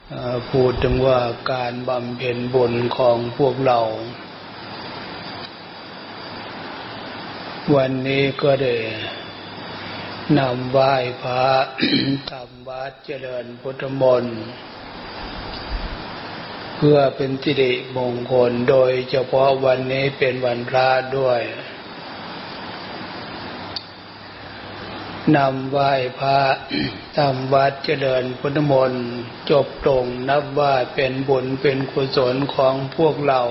พูดถึงว่าการบำเพ็ญบุญของพวกเราวันนี้ก็ได้นำไหว้พระ ทำวัดเจริญพุทธมนต์เพื่อเป็นสิริมงคลโดยเฉพาะวันนี้เป็นวันพระด้วยนำไหว้พระ ทำวัดเจริญพุทธมนต์จบตรงนับว่าเป็นบุญเป็นกุศลของพวกเรา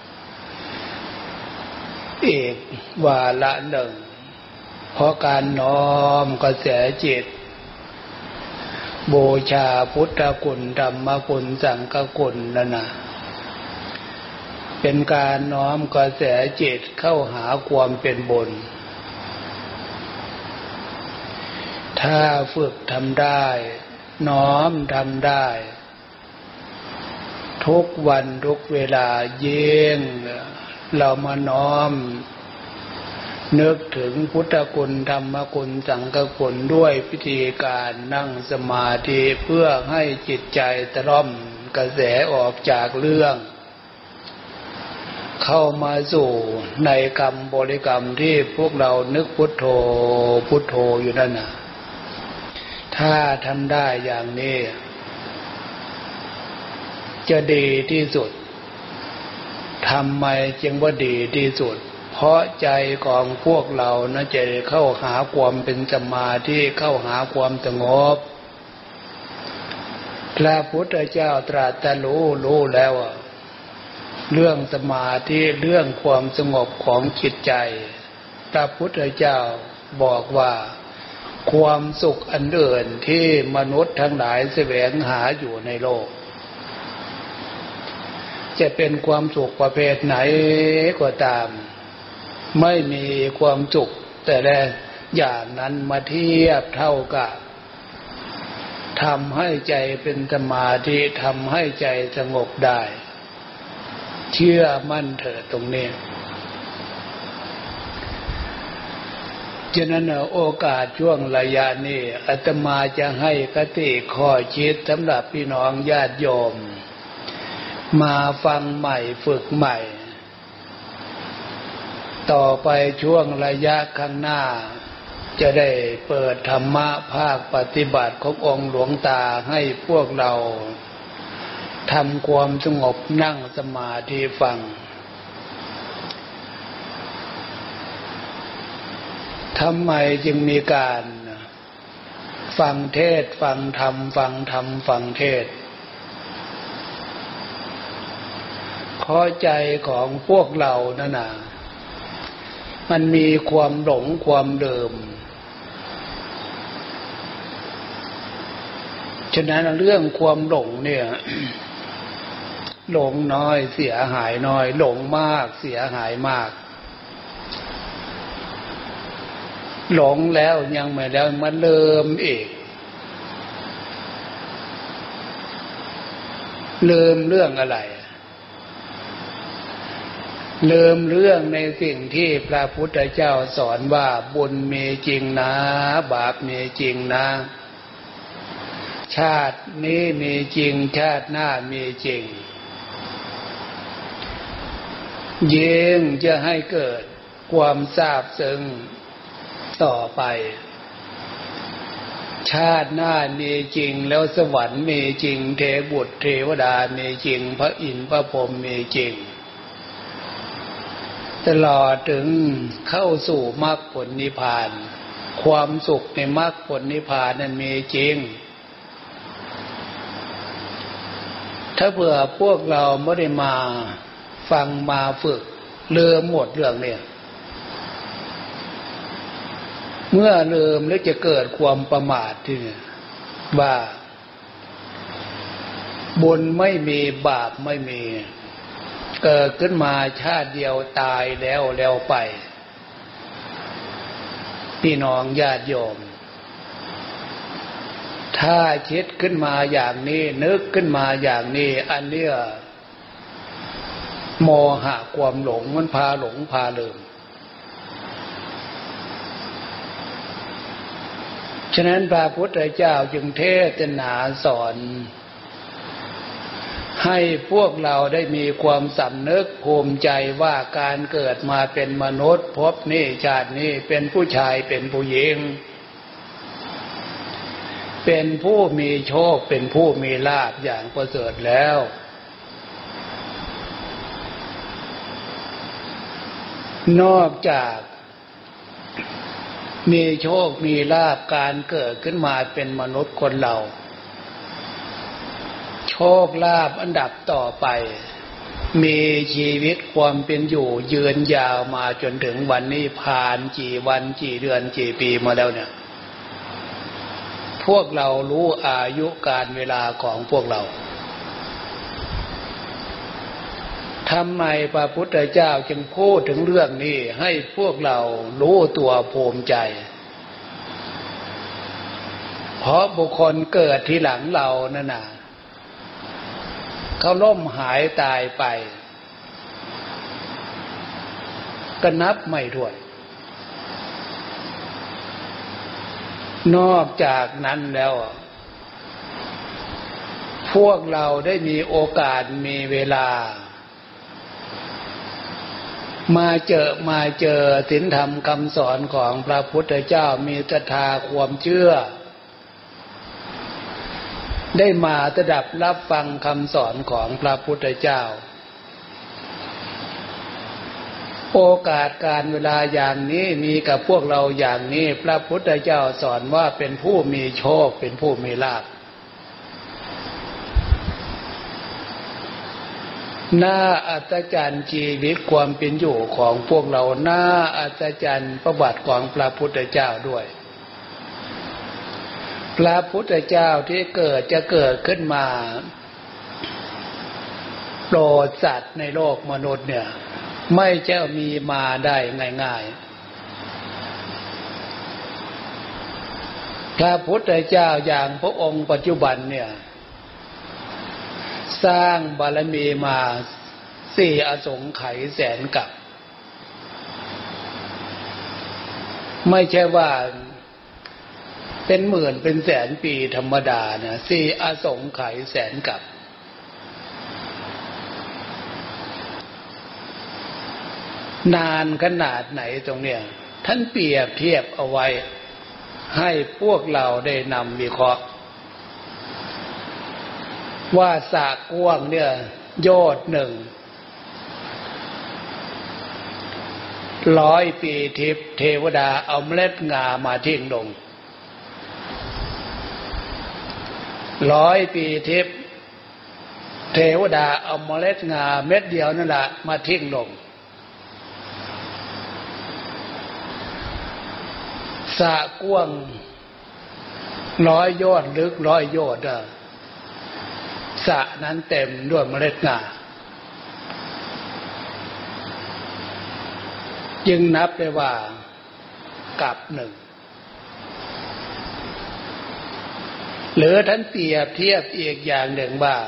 อีกวาระหนึ่งเพราะการน้อมกระแสจิตบูชาพุทธคุณธรรมคุณสังฆคุณนั่นนะเป็นการน้อมกระแสจิตเข้าหาความเป็นบุญถ้าฝึกทำได้น้อมทำได้ทุกวันทุกเวลายิ่งเรามาน้อมนึกถึงพุทธคุณธรรมคุณสังฆคุณด้วยพิธีการนั่งสมาธิเพื่อให้จิตใจตะล่อมกระแสออกจากเรื่องเข้ามาสู่ในกรรมบริกรรมที่พวกเรานึกพุทโธพุทโธอยู่นั่นน่ะถ้าทำได้อย่างนี้จะดีที่สุดทำไมจึงว่าดีที่สุดเพราะใจของพวกเรานะจะเข้าหาความเป็นสมาธิเข้าหาความสงบพระพุทธเจ้าตรัสรู้แล้วเรื่องสมาธิเรื่องความสงบของจิตใจพระพุทธเจ้าบอกว่าความสุขอันอื่นที่มนุษย์ทั้งหลายแสวงหาอยู่ในโลกจะเป็นความสุขประเภทไหนก็ตามไม่มีความสุขแต่ละอย่างนั้นมาเทียบเท่ากับทำให้ใจเป็นสมาธิทำให้ใจสงบได้เชื่อมั่นเถิดตรงนี้ฉะนั้นโอกาสช่วงระยะนี้อาตมาจะให้คติข้อคิดสำหรับพี่น้องญาติโยมมาฟังใหม่ฝึกใหม่ต่อไปช่วงระยะข้างหน้าจะได้เปิดธรรมะภาคปฏิบัติขององค์หลวงตาให้พวกเราทำความสงบนั่งสมาธิฟังทำไมจึงมีการฟังเทศน์ฟังธรรมฟังธรรมฟังเทศน์ขอใจของพวกเรานั่นน่ะมันมีความหลงความเดิมฉะนั้นเรื่องความหลงเนี่ย หลงน้อยเสียหายน้อยหลงมากเสียหายมากหลงแล้วยังไม่แล้วมันเริ่มอีกลืมเรื่องอะไรลืมเรื่องในสิ่งที่พระพุทธเจ้าสอนว่าบุญมีจริงนะบาปมีจริงนะชาตินี้มีจริงชาติหน้ามีจริงยิ่งจะให้เกิดความซาบซึ้งต่อไปชาติหน้ามีจริงแล้วสวรรค์มีจริงเทพบุตรเทวดามีจริงพระอินทร์พระพรหมมีจริงตลอดถึงเข้าสู่มรรคผลนิพพานความสุขในมรรคผลนิพพานนั้นมีจริงถ้าเผื่อพวกเราไม่ได้มาฟังมาฝึกลืมหมดเรื่องเนี่ยเมื่อลืมแล้วจะเกิดความประมาทที่นี่ว่าบุญไม่มีบาปไม่มีเกิดขึ้นมาชาติเดียวตายแล้วไปพี่น้องญาติโยมถ้าคิดขึ้นมาอย่างนี้นึกขึ้นมาอย่างนี้อันเนี้ยโมหะความหลงมันพาหลงพาลืมฉะนั้นพระพุทธเจ้าจึงเทศนาสอนให้พวกเราได้มีความสำนึกภูมิใจว่าการเกิดมาเป็นมนุษย์พบนี้ชาตินี้เป็นผู้ชายเป็นผู้หญิงเป็นผู้มีโชคเป็นผู้มีลาภอย่างประเสริฐแล้วนอกจากมีโชคมีลาภการเกิดขึ้นมาเป็นมนุษย์คนเราโชคลาภอันดับต่อไปมีชีวิตความเป็นอยู่ยืนยาวมาจนถึงวันนี้ผ่านกี่วันกี่เดือนกี่ปีมาแล้วเนี่ยพวกเรารู้อายุการเวลาของพวกเราทำไมพระพุทธเจ้าจึงพูดถึงเรื่องนี้ให้พวกเรารู้ตัวภูมิใจเพราะบุคคลเกิดที่หลังเรานั่นน่ะเขาล้มหายตายไปก็นับไม่ถ้วนนอกจากนั้นแล้วพวกเราได้มีโอกาสมีเวลามาเจอศีลธรรมคำสอนของพระพุทธเจ้ามีศรัทธาความเชื่อได้มาสดับรับฟังคำสอนของพระพุทธเจ้าโอกาสการเวลาอย่างนี้มีกับพวกเราอย่างนี้พระพุทธเจ้าสอนว่าเป็นผู้มีโชคเป็นผู้มีลาภน่าอัศจรรย์ชีวิตความเป็นอยู่ของพวกเราน่าอัศจรรย์ประวัติของพระพุทธเจ้าด้วยพระพุทธเจ้าที่จะเกิดขึ้นมาโปรดสัตว์ในโลกมนุษย์เนี่ยไม่ใช่มีมาได้ง่ายๆพระพุทธเจ้าอย่างพระองค์ปัจจุบันเนี่ยสร้างบารมีมา4 อสงไขยแสนกับไม่ใช่ว่าเป็นหมื่นเป็นแสนปีธรรมดานะ4 อสงไขยแสนกับนานขนาดไหนตรงเนี้ยท่านเปรียบเทียบเอาไว้ให้พวกเราได้นำวิเคราะห์ว่าสระกว้างเนี่ยโยชน์1 100 ปีทิพย์เทวดาเอาเมล็ดงามาทิ้งลง100 ปีทิพย์เทวดาเอาเมล็ดงาเม็ดเดียวนั่นแหละมาทิ้งลงสระกว้าง100 โยชน์ลึก100 โยชน์สระนั้นเต็มด้วยเมล็ดงาจึงนับได้ว่ากับ1หรือท่านเปรียบเทียบอีกอย่างหนึ่งว่า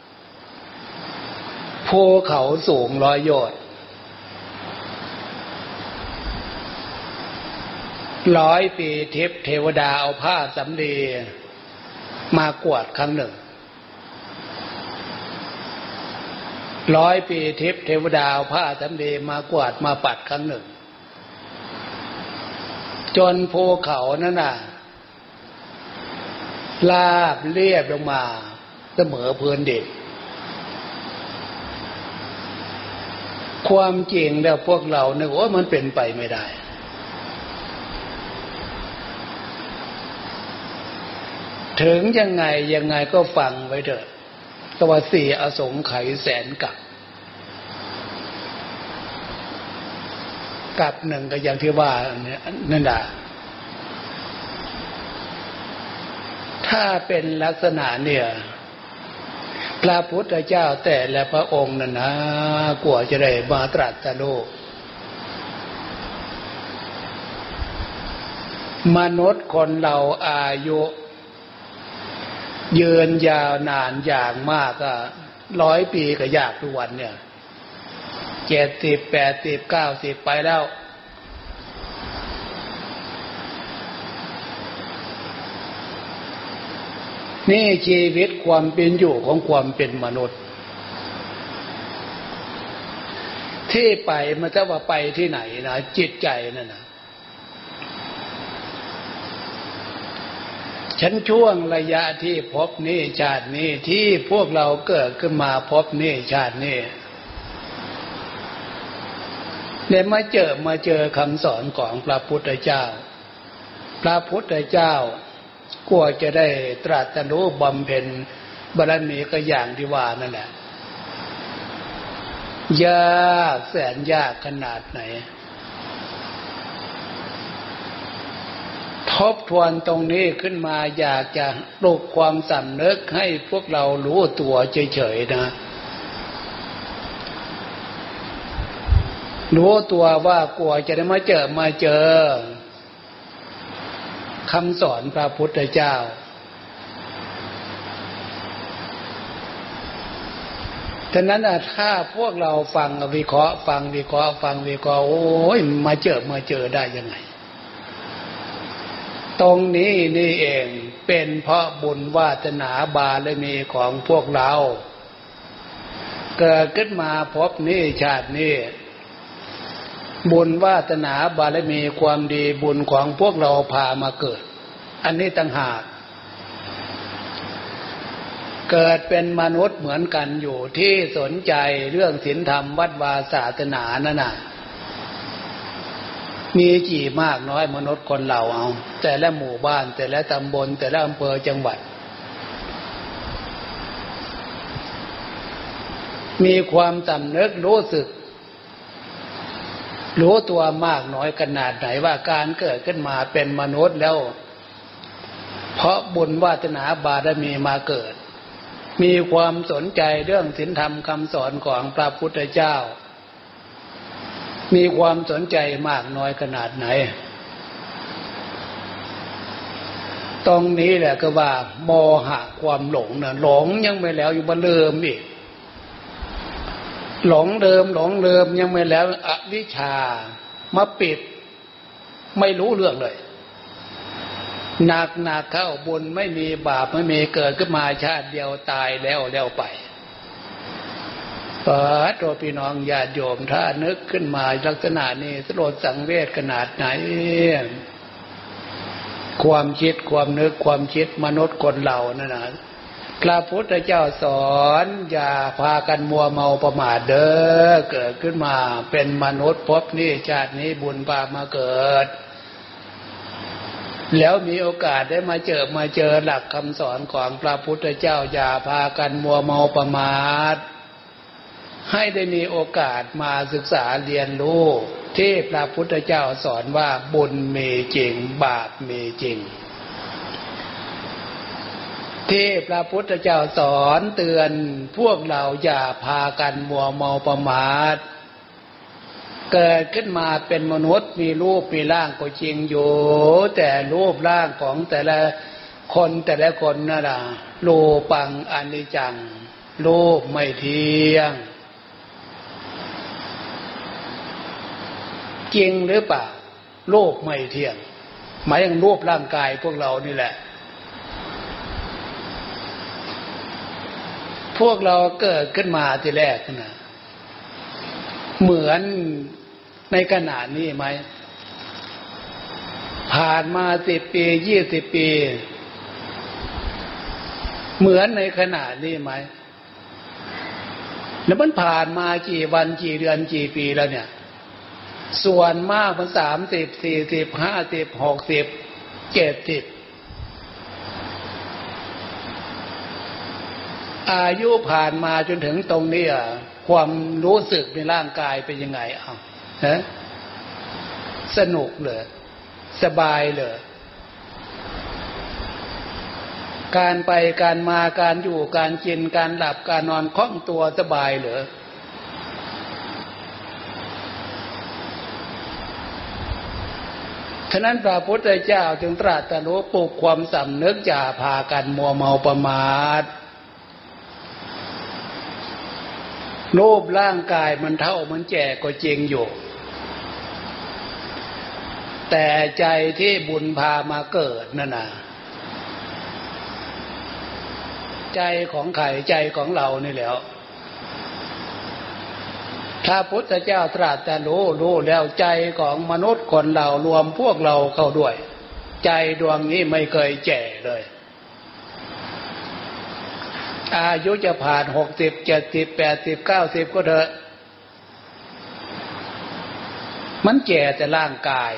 ภูเขาสูง100 โยชน์100 ปีทิพย์เทวดาเอาผ้าสำลีมากวาดครั้ง 100 ปีทิพย์เทวดาเอาผ้าสำลีมากวาดมาปัดครั้ง 1จนภูเขานั่นน่ะราบเรียบลงมาเสมอพื้นดินความจริงแล้วพวกเราเนี่ยว่ามันเป็นไปไม่ได้ถึงยังไงก็ฟังไว้เถอะตัว4 อสงไขยแสนกับ1ก็อย่างที่ว่านั่นแหละถ้าเป็นลักษณะเนี่ยพระพุทธเจ้าแต่ละพระองค์นั่นนะกว่าจะได้มาตรัสรู้มนุษย์คนเราอายุยืนยาวนานอย่างมากก็100 ปีก็ยากทุกวันเนี่ย70 80 90ไปแล้วนี่ชีวิตความเป็นอยู่ของความเป็นมนุษย์ที่ไปมันจะว่าไปที่ไหนนะจิตใจนั่นนะฉันช่วงระยะที่พบนี้ชาตินี้ที่พวกเราเกิดขึ้นมาพบนี้ชาตินี้เนี่ยมาเจอคำสอนของพระพุทธเจ้าพระพุทธเจ้ากว่าจะได้ตรัสรู้บำเพ็ญบารมีก็อย่างที่ว่านั่นแหละยากแสนยากขนาดไหนทบทวนตรงนี้ขึ้นมาอยากจะปลุกความสำนึกให้พวกเรารู้ตัวเฉยๆนะรู้ตัวว่ากลัวจะได้มาเจอคำสอนพระพุทธเจ้าฉะนั้นถ้าพวกเราฟังวิเคราะห์ฟังวิเคราะห์โอ้ยมาเจอได้ยังไงตรงนี้นี่เองเป็นเพราะบุญวาสนาบารมีของพวกเราเกิดขึ้นมาพบนี้ชาตินี้บุญวาสนาบารมีความดีบุญของพวกเราพามาเกิดอันนี้ต่างหากเกิดเป็นมนุษย์เหมือนกันอยู่ที่สนใจเรื่องศีลธรรมวัดวาศาสนานั่นน่ะมีกี่มากน้อยมนุษย์คนเราเอาแต่ละหมู่บ้านแต่ละตำบลแต่ละอำเภอจังหวัดมีความสำนึกรู้สึกรู้ตัวมากน้อยขนาดไหนว่าการเกิดขึ้นมาเป็นมนุษย์แล้วเพราะบุญวาสนาบารมีมาเกิดมีความสนใจเรื่องศีลธรรมคำสอนของพระพุทธเจ้ามีความสนใจมากน้อยขนาดไหนตรงนี้แหละก็ว่าโมหะความหลงนะหลงยังไม่แล้วอยู่บนเริ่มอีกหลงเดิมยังไม่แล้วอวิชชามาปิดไม่รู้เรื่องเลยหนักเข้าบุญไม่มีบาปไม่มีเกิดขึ้นมาชาติเดียวตายแล้วไปตัวพี่น้องญาติโยมถ้านึกขึ้นมาลักษณะนี้สลดสังเวชขนาดไหนความคิดความนึกความคิดมนุษย์คนเรานั่นนะพระพุทธเจ้าสอนอย่าพากันมัวเมาประมาทเด้อเกิดขึ้นมาเป็นมนุษย์พบนี้ชาตินี้บุญพามาเกิดแล้วมีโอกาสได้มาเจอหลักคำสอนของพระพุทธเจ้าอย่าพากันมัวเมาประมาทให้ได้มีโอกาสมาศึกษาเรียนรู้ที่พระพุทธเจ้าสอนว่าบุญมีจริงบาปมีจริงที่พระพุทธเจ้าสอนเตือนพวกเราอย่าพากันมัวเมาประมาทเกิดขึ้นมาเป็นมนุษย์มีรูปมีร่างก็จริงอยู่แต่รูปร่างของแต่ละคนนั่นล่ะรูปังอนิจจังรูปไม่เที่ยงจริงหรือเปล่ารูปไม่เที่ยงหมายถึงรูปร่างกายพวกเรานี่แหละพวกเราเกิดขึ้นมาทีแรกนะเหมือนในขณะนี้ไหมผ่านมา10 ปี20 ปีเหมือนในขณะนี้ไหมแล้วมันผ่านมากี่วันกี่เดือนกี่ปีแล้วเนี่ยส่วนมากมัน30 40 50 60 70อายุผ่านมาจนถึงตรงนี้ความรู้สึกในร่างกายเป็นยังไงฮะสนุกเลยสบายเลยการไปการมาการอยู่การกินการหลับการนอนคล่องตัวสบายเหรอฉะนั้นพระพุทธเจ้าจึงตรัสรู้ปลุกความสำนึกอย่าพากันมัวเมาประมาทรูปร่างกายมันเท่ามันแก่ก็จริงอยู่แต่ใจที่บุญพามาเกิดนั่นน่ะใจของใครใจของเรานี่แหละพระพุทธเจ้าตรัสแต่รู้แล้วใจของมนุษย์คนเรารวมพวกเราเข้าด้วยใจดวงนี้ไม่เคยแก่เลยอายุจะผ่าน60 70 80 90ก็เถอะมันแก่แต่ร่างกาย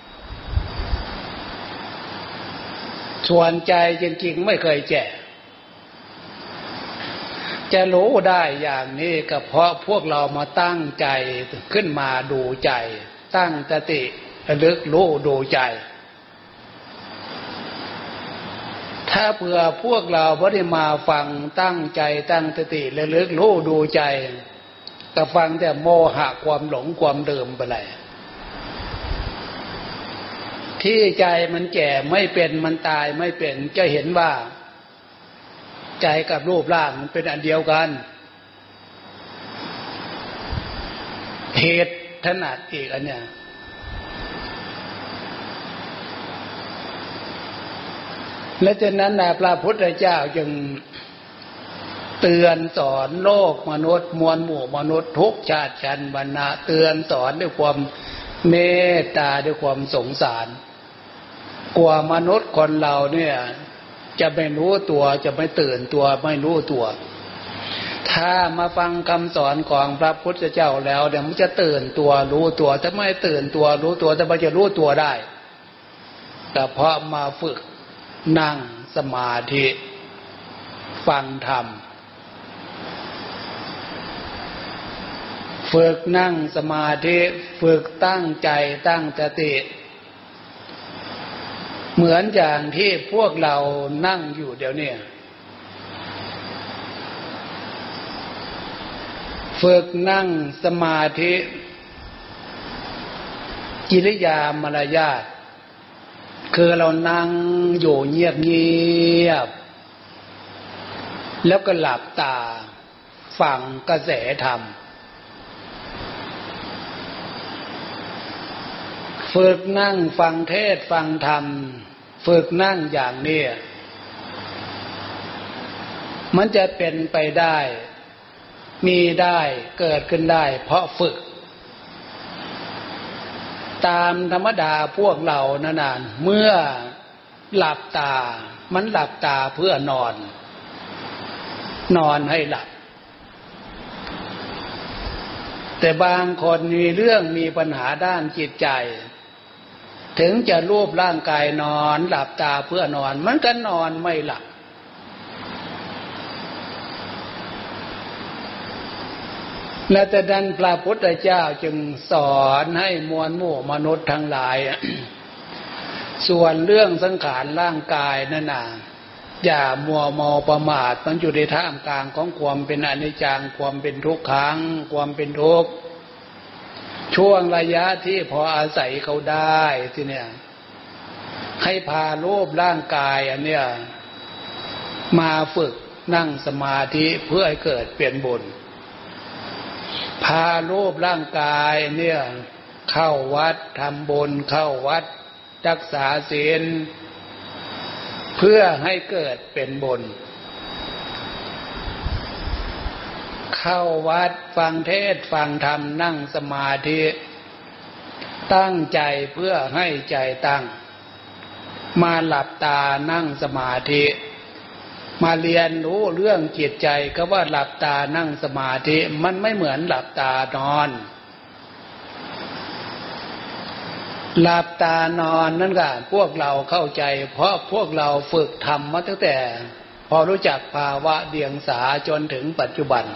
ส่วนใจจริงๆไม่เคยแก่จะรู้ได้อย่างนี้ก็เพราะพวกเรามาตั้งใจขึ้นมาดูใจตั้งสติระลึกรู้ดูใจถ้าเผื่อพวกเราไม่ได้มาฟังตั้งใจตั้งสติระลึกรู้ดูใจก็ฟังแต่โมหะความหลงความเดิมไปเลยที่ใจมันแก่ไม่เป็นมันตายไม่เป็นจะเห็นว่าใจกับรูปร่างมันเป็นอันเดียวกันเหตุถนัดอีกอันเนี้ยและฉะนั้นพระพุทธเจ้าจึงเตือนสอนโลกมนุษย์มวลหมู่มนุษย์ทุกชาติชั้นวรรณะเตือนสอนด้วยความเมตตาด้วยความสงสารกลัวมนุษย์คนเราเนี่ยจะไม่รู้ตัวจะไม่ตื่นตัวไม่รู้ตัวถ้ามาฟังคำสอนของพระพุทธเจ้าแล้วเดี๋ยวมันจะตื่นตัวรู้ตัวถ้าไม่ตื่นตัวรู้ตัวแต่มันจะรู้ตัวได้ก็เพราะมาฝึกนั่งสมาธิฟังธรรมฝึกนั่งสมาธิฝึกตั้งใจตั้งสติเหมือนอย่างที่พวกเรานั่งอยู่เดี๋ยวนี้ฝึกนั่งสมาธิกิริยามารยาทคือเรานั่งอยู่เงียบๆแล้วก็หลับตาฟังกระแสธรรมฝึกนั่งฟังเทศฟังธรรมฝึกนั่งอย่างนี้มันจะเป็นไปได้มีได้เกิดขึ้นได้เพราะฝึกตามธรรมดาพวกเรานานๆเมื่อหลับตามันหลับตาเพื่อนอนให้หลับแต่บางคนมีเรื่องมีปัญหาด้านจิตใจถึงจะรูปร่างกายนอนหลับตาเพื่อนอนมันก็นอนไม่หลับและแต่นั้นพระพุทธเจ้าจึงสอนให้มวลหมู่มนุษย์ทั้งหลาย ส่วนเรื่องสังขารร่างกายนั่นน่ะอย่ามัวเมาประมาทมันอยู่ในท่ามกลางของความเป็นอนิจจังความเป็นทุกขังความเป็นทุกข์ช่วงระยะที่พออาศัยเขาได้ที่เนี่ยให้พารูปร่างกายอันเนี้ยมาฝึกนั่งสมาธิเพื่อให้เกิดเปลี่ยนบุญพารูปร่างกายเนี่ยเข้าวัดทำบุญเข้าวัดรักษาศีลเพื่อให้เกิดเป็นบุญเข้าวัดฟังเทศน์ฟังธรรมนั่งสมาธิตั้งใจเพื่อให้ใจตั้งมาหลับตานั่งสมาธิมาเรียนรู้เรื่องจิตใจก็ว่าหลับตานั่งสมาธิมันไม่เหมือนหลับตานอนหลับตานอนนั่นก็พวกเราเข้าใจเพราะพวกเราฝึกทำมาตั้งแต่พอรู้จักภาวะเดียงสาจนถึงปัจจุบัน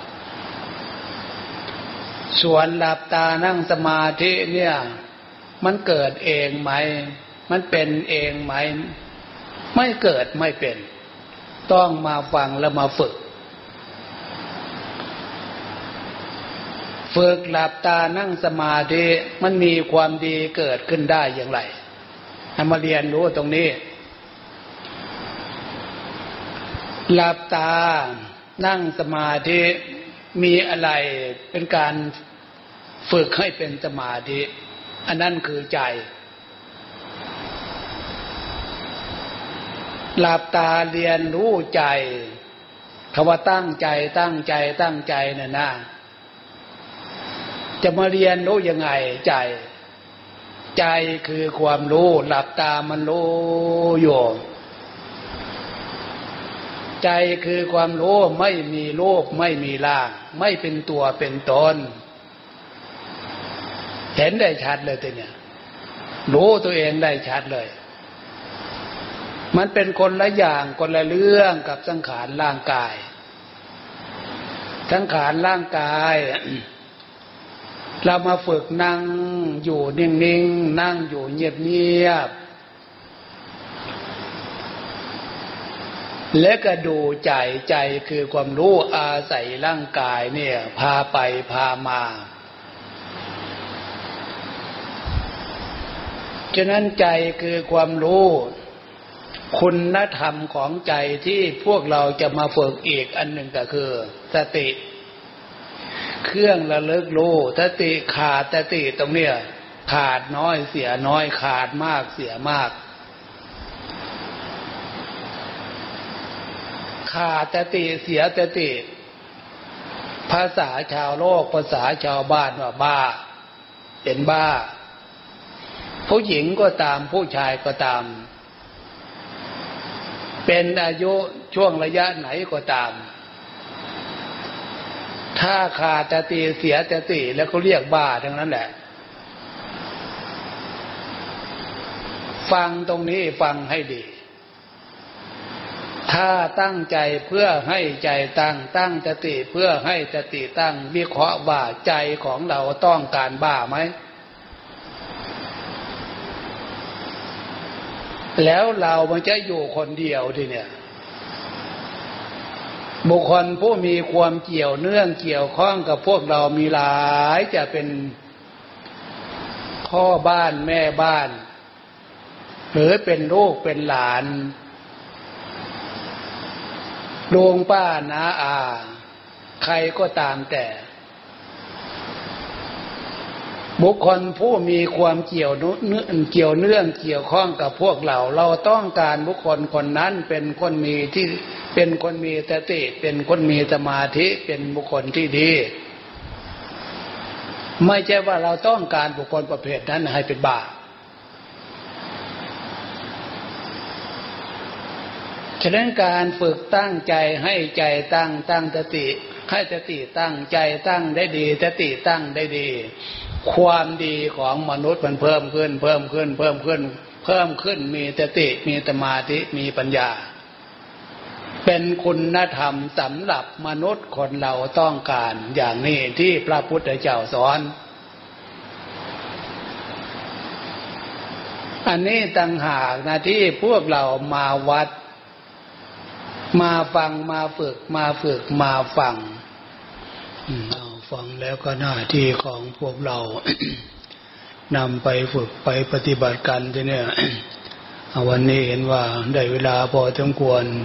ส่วนหลับตานั่งสมาธิเนี่ยมันเกิดเองไหมมันเป็นเองไหมไม่เกิดไม่เป็นต้องมาฟังแล้วมาฝึกหลับตานั่งสมาธิมันมีความดีเกิดขึ้นได้อย่างไรให้มาเรียนรู้ตรงนี้หลับตานั่งสมาธิมีอะไรเป็นการฝึกให้เป็นสมาธิอันนั้นคือใจหลับตาเรียนรู้ใจคำว่าตั้งใจตั้งใจตั้งใจน่ะนะจะมาเรียนรู้ยังไงใจคือความรู้หลับตามันรู้อยู่ใจคือความรู้ไม่มีรูปไม่มีร่างไม่เป็นตัวเป็นตนเห็นได้ชัดเลยตัวเนี่ยรู้ตัวเองได้ชัดเลยมันเป็นคนละอย่างคนละเรื่องกับสังขารร่างกายสังขารร่างกายเรามาฝึกนั่งอยู่นิ่งๆนั่งอยู่เงียบๆและก็ดูใจคือความรู้อาศัยร่างกายเนี่ยพาไปพามาฉะนั้นใจคือความรู้คุณธรรมของใจที่พวกเราจะมาฝึกอีกอันหนึ่งก็คือสติเครื่องระลึกรู้สติขาดสติตรงเนี้ยขาดน้อยเสียน้อยขาดมากเสียมากขาดสติเสียสติภาษาชาวโลกภาษาชาวบ้านว่าบ้าเป็นบ้าผู้หญิงก็ตามผู้ชายก็ตามเป็นอายุช่วงระยะไหนก็ตามถ้าขาดสติเสียสติแล้วก็เรียกบ้าทั้งนั้นแหละฟังตรงนี้ฟังให้ดีถ้าตั้งใจเพื่อให้ใจตั้งสติเพื่อให้สติตั้งวิเคราะห์ว่าใจของเราต้องการบ้าไหมแล้วเรามันจะอยู่คนเดียวทีเนี่ยบุคคลผู้มีความเกี่ยวเนื่องเกี่ยวข้องกับพวกเรามีหลายจะเป็นพ่อบ้านแม่บ้านหรือเป็นลูกเป็นหลานลุงป้าน้าอาใครก็ตามแต่บุคคลผู้มีความเกี่ยวเนื่องเกี่ยวข้องกับพวกเราต้องการบุคคลคนนั้นเป็นคนมีสติเป็นคนมีสมาธิเป็นบุคคลที่ดีไม่ใช่ว่าเราต้องการบุคคลประเภทนั้นให้เป็นบ้าฉะนั้นการฝึกตั้งใจให้ใจตั้งสติให้สติตั้งใจตั้งได้ดีสติตั้งได้ดีความดีของมนุษย์มันเพิ่มขึ้นมีสติมีสมาธิมีปัญญาเป็นคุณธรรมสำหรับมนุษย์คนเราต้องการอย่างนี้ที่พระพุทธเจ้าสอนอันนี้ต่างหากนะที่พวกเรามาวัดมาฟังมาฝึกมาฟังฟังแล้วก็หน้าที่ของพวกเรา นำไปฝึกไปปฏิบัติกันทีเนี่ยวันนี้เห็นว่าได้เวลาพอสมควร